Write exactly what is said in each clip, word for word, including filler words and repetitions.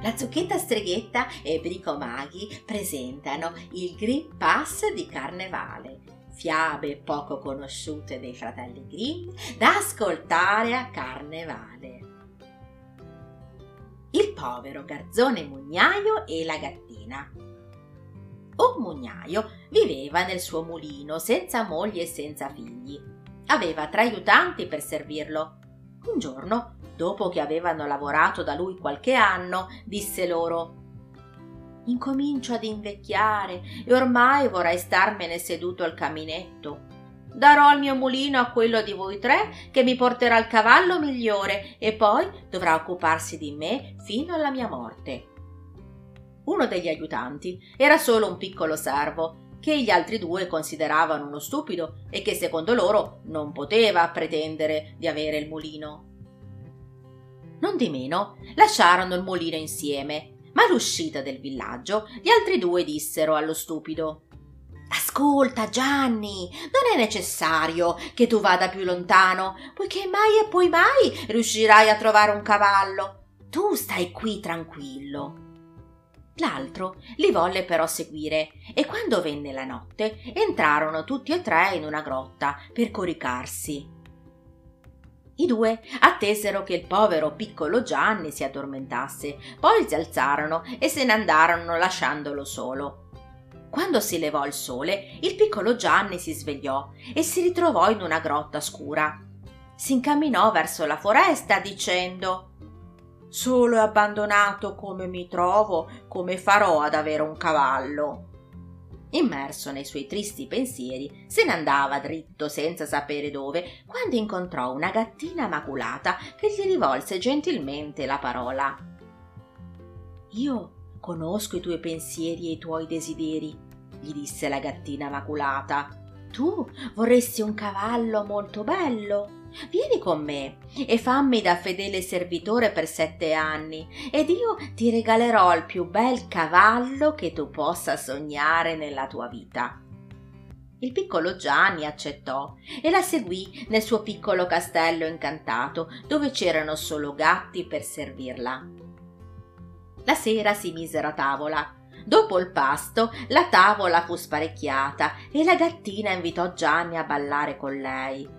La Zucchetta Streghetta e Brico Maghi presentano il Green Pass di Carnevale, fiabe poco conosciute dei fratelli Grimm da ascoltare a Carnevale. Il povero garzone mugnaio e la gattina. Un mugnaio viveva nel suo mulino senza moglie e senza figli. Aveva tre aiutanti per servirlo. Un giorno, dopo che avevano lavorato da lui qualche anno, disse loro: «Incomincio ad invecchiare e ormai vorrei starmene seduto al caminetto. Darò il mio mulino a quello di voi tre che mi porterà il cavallo migliore e poi dovrà occuparsi di me fino alla mia morte». Uno degli aiutanti era solo un piccolo servo che gli altri due consideravano uno stupido e che secondo loro non poteva pretendere di avere il mulino. Nondimeno lasciarono il mulino insieme, ma all'uscita del villaggio gli altri due dissero allo stupido: «Ascolta, Gianni, non è necessario che tu vada più lontano, poiché mai e poi mai riuscirai a trovare un cavallo. Tu stai qui tranquillo». L'altro li volle però seguire e quando venne la notte entrarono tutti e tre in una grotta per coricarsi. I due attesero che il povero piccolo Gianni si addormentasse, poi si alzarono e se ne andarono lasciandolo solo. Quando si levò il sole, il piccolo Gianni si svegliò e si ritrovò in una grotta scura. Si incamminò verso la foresta dicendo: «Solo e abbandonato come mi trovo, come farò ad avere un cavallo?» Immerso nei suoi tristi pensieri, se ne andava dritto senza sapere dove, quando incontrò una gattina maculata che gli rivolse gentilmente la parola. «Io conosco i tuoi pensieri e i tuoi desideri», gli disse la gattina maculata. «Tu vorresti un cavallo molto bello? Vieni con me e fammi da fedele servitore per sette anni ed io ti regalerò il più bel cavallo che tu possa sognare nella tua vita». Il piccolo Gianni accettò e la seguì nel suo piccolo castello incantato, dove c'erano solo gatti per servirla. La sera si misero a tavola. Dopo il pasto la tavola fu sparecchiata e la gattina invitò Gianni a ballare con lei.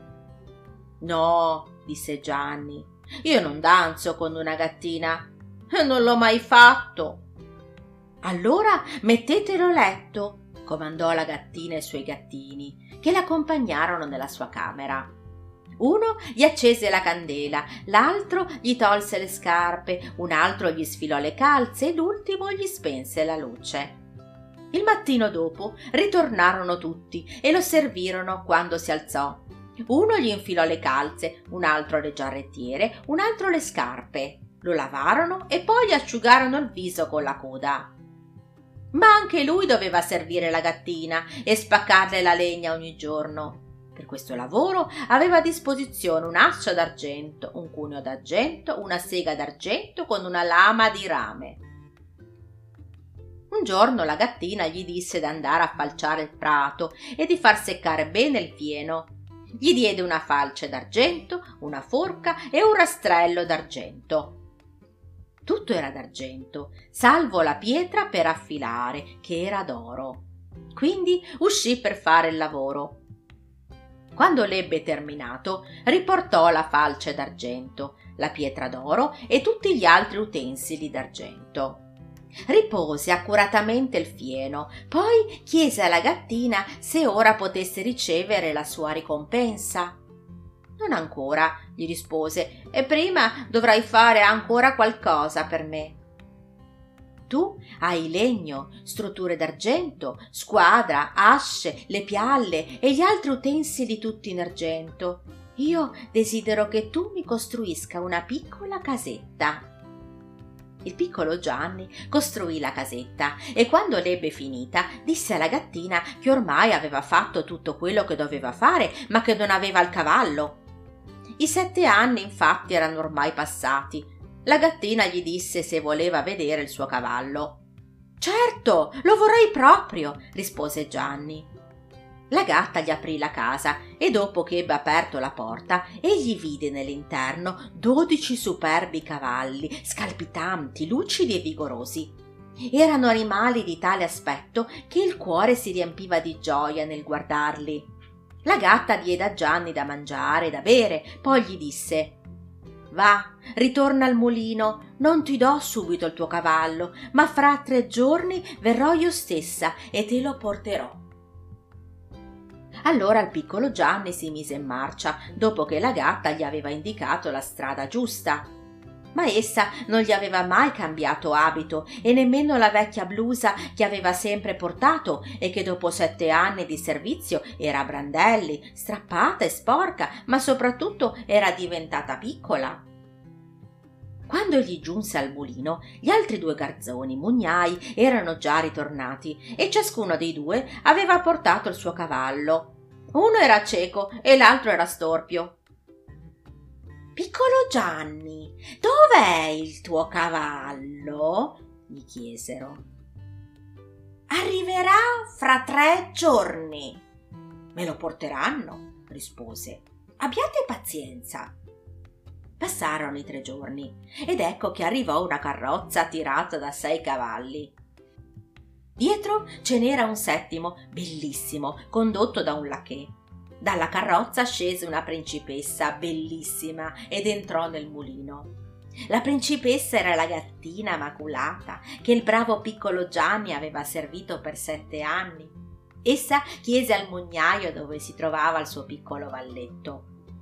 «No», disse Gianni, «io non danzo con una gattina, non l'ho mai fatto». «Allora mettetelo a letto», comandò la gattina ai suoi gattini, che l'accompagnarono nella sua camera. Uno gli accese la candela, l'altro gli tolse le scarpe, un altro gli sfilò le calze e l'ultimo gli spense la luce. Il mattino dopo ritornarono tutti e lo servirono quando si alzò. Uno gli infilò le calze, un altro le giarrettiere, un altro le scarpe. Lo lavarono e poi gli asciugarono il viso con la coda. Ma anche lui doveva servire la gattina e spaccarle la legna ogni giorno. Per questo lavoro aveva a disposizione un'ascia d'argento, un cuneo d'argento, una sega d'argento con una lama di rame. Un giorno la gattina gli disse d'andare a falciare il prato e di far seccare bene il fieno. Gli diede una falce d'argento, una forca e un rastrello d'argento. Tutto era d'argento, salvo la pietra per affilare, che era d'oro. Quindi uscì per fare il lavoro. Quando l'ebbe terminato, riportò la falce d'argento, la pietra d'oro e tutti gli altri utensili d'argento. Ripose accuratamente il fieno, poi chiese alla gattina se ora potesse ricevere la sua ricompensa. «Non ancora», gli rispose, «e prima dovrai fare ancora qualcosa per me». «Tu hai legno, strutture d'argento, squadra, asce, le pialle e gli altri utensili tutti in argento. Io desidero che tu mi costruisca una piccola casetta». Il piccolo Gianni costruì la casetta e quando l'ebbe finita disse alla gattina che ormai aveva fatto tutto quello che doveva fare, ma che non aveva il cavallo. I sette anni infatti erano ormai passati. La gattina gli disse se voleva vedere il suo cavallo. «Certo, lo vorrei proprio», rispose Gianni. La gatta gli aprì la casa e dopo che ebbe aperto la porta, egli vide nell'interno dodici superbi cavalli, scalpitanti, lucidi e vigorosi. Erano animali di tale aspetto che il cuore si riempiva di gioia nel guardarli. La gatta diede a Gianni da mangiare e da bere, poi gli disse: «Va, ritorna al mulino, non ti do subito il tuo cavallo, ma fra tre giorni verrò io stessa e te lo porterò». Allora il piccolo Gianni si mise in marcia, dopo che la gatta gli aveva indicato la strada giusta. Ma essa non gli aveva mai cambiato abito e nemmeno la vecchia blusa che aveva sempre portato e che dopo sette anni di servizio era a brandelli, strappata e sporca, ma soprattutto era diventata piccola. Quando egli giunse al mulino, gli altri due garzoni mugnai erano già ritornati e ciascuno dei due aveva portato il suo cavallo. Uno era cieco e l'altro era storpio. «Piccolo Gianni, dov'è il tuo cavallo?» gli chiesero. «Arriverà fra tre giorni». «Me lo porteranno», rispose. «Abbiate pazienza». Passarono i tre giorni ed ecco che arrivò una carrozza tirata da sei cavalli. Dietro ce n'era un settimo, bellissimo, condotto da un lacchè. Dalla carrozza scese una principessa bellissima ed entrò nel mulino. La principessa era la gattina maculata che il bravo piccolo Gianni aveva servito per sette anni. Essa chiese al mugnaio dove si trovava il suo piccolo valletto.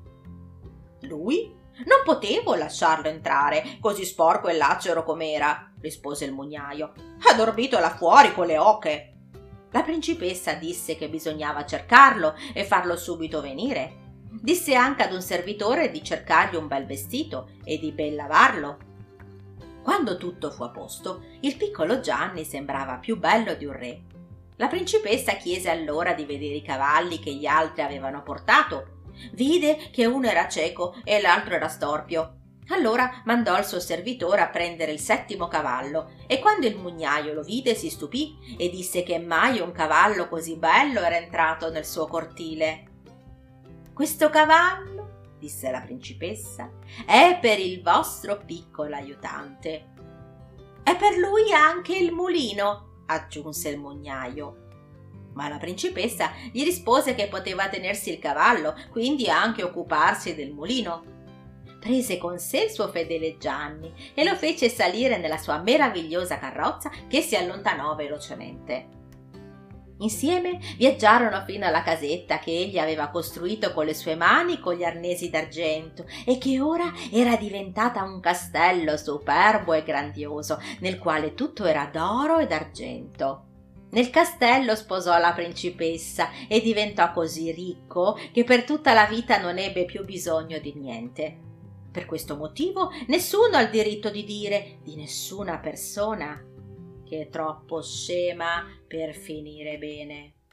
«Lui? Non potevo lasciarlo entrare, così sporco e lacero com'era», rispose il mugnaio. «Ha dormito là fuori con le oche». La principessa disse che bisognava cercarlo e farlo subito venire. Disse anche ad un servitore di cercargli un bel vestito e di ben lavarlo. Quando tutto fu a posto, il piccolo Gianni sembrava più bello di un re. La principessa chiese allora di vedere i cavalli che gli altri avevano portato. Vide che uno era cieco e l'altro era storpio. Allora mandò il suo servitore a prendere il settimo cavallo e quando il mugnaio lo vide si stupì e disse che mai un cavallo così bello era entrato nel suo cortile. «Questo cavallo», disse la principessa, «è per il vostro piccolo aiutante». «È per lui anche il mulino», aggiunse il mugnaio. Ma la principessa gli rispose che poteva tenersi il cavallo, quindi anche occuparsi del mulino. Prese con sé il suo fedele Gianni e lo fece salire nella sua meravigliosa carrozza che si allontanò velocemente. Insieme viaggiarono fino alla casetta che egli aveva costruito con le sue mani con gli arnesi d'argento e che ora era diventata un castello superbo e grandioso nel quale tutto era d'oro e d'argento. Nel castello sposò la principessa e diventò così ricco che per tutta la vita non ebbe più bisogno di niente. Per questo motivo nessuno ha il diritto di dire di nessuna persona che è troppo scema per finire bene.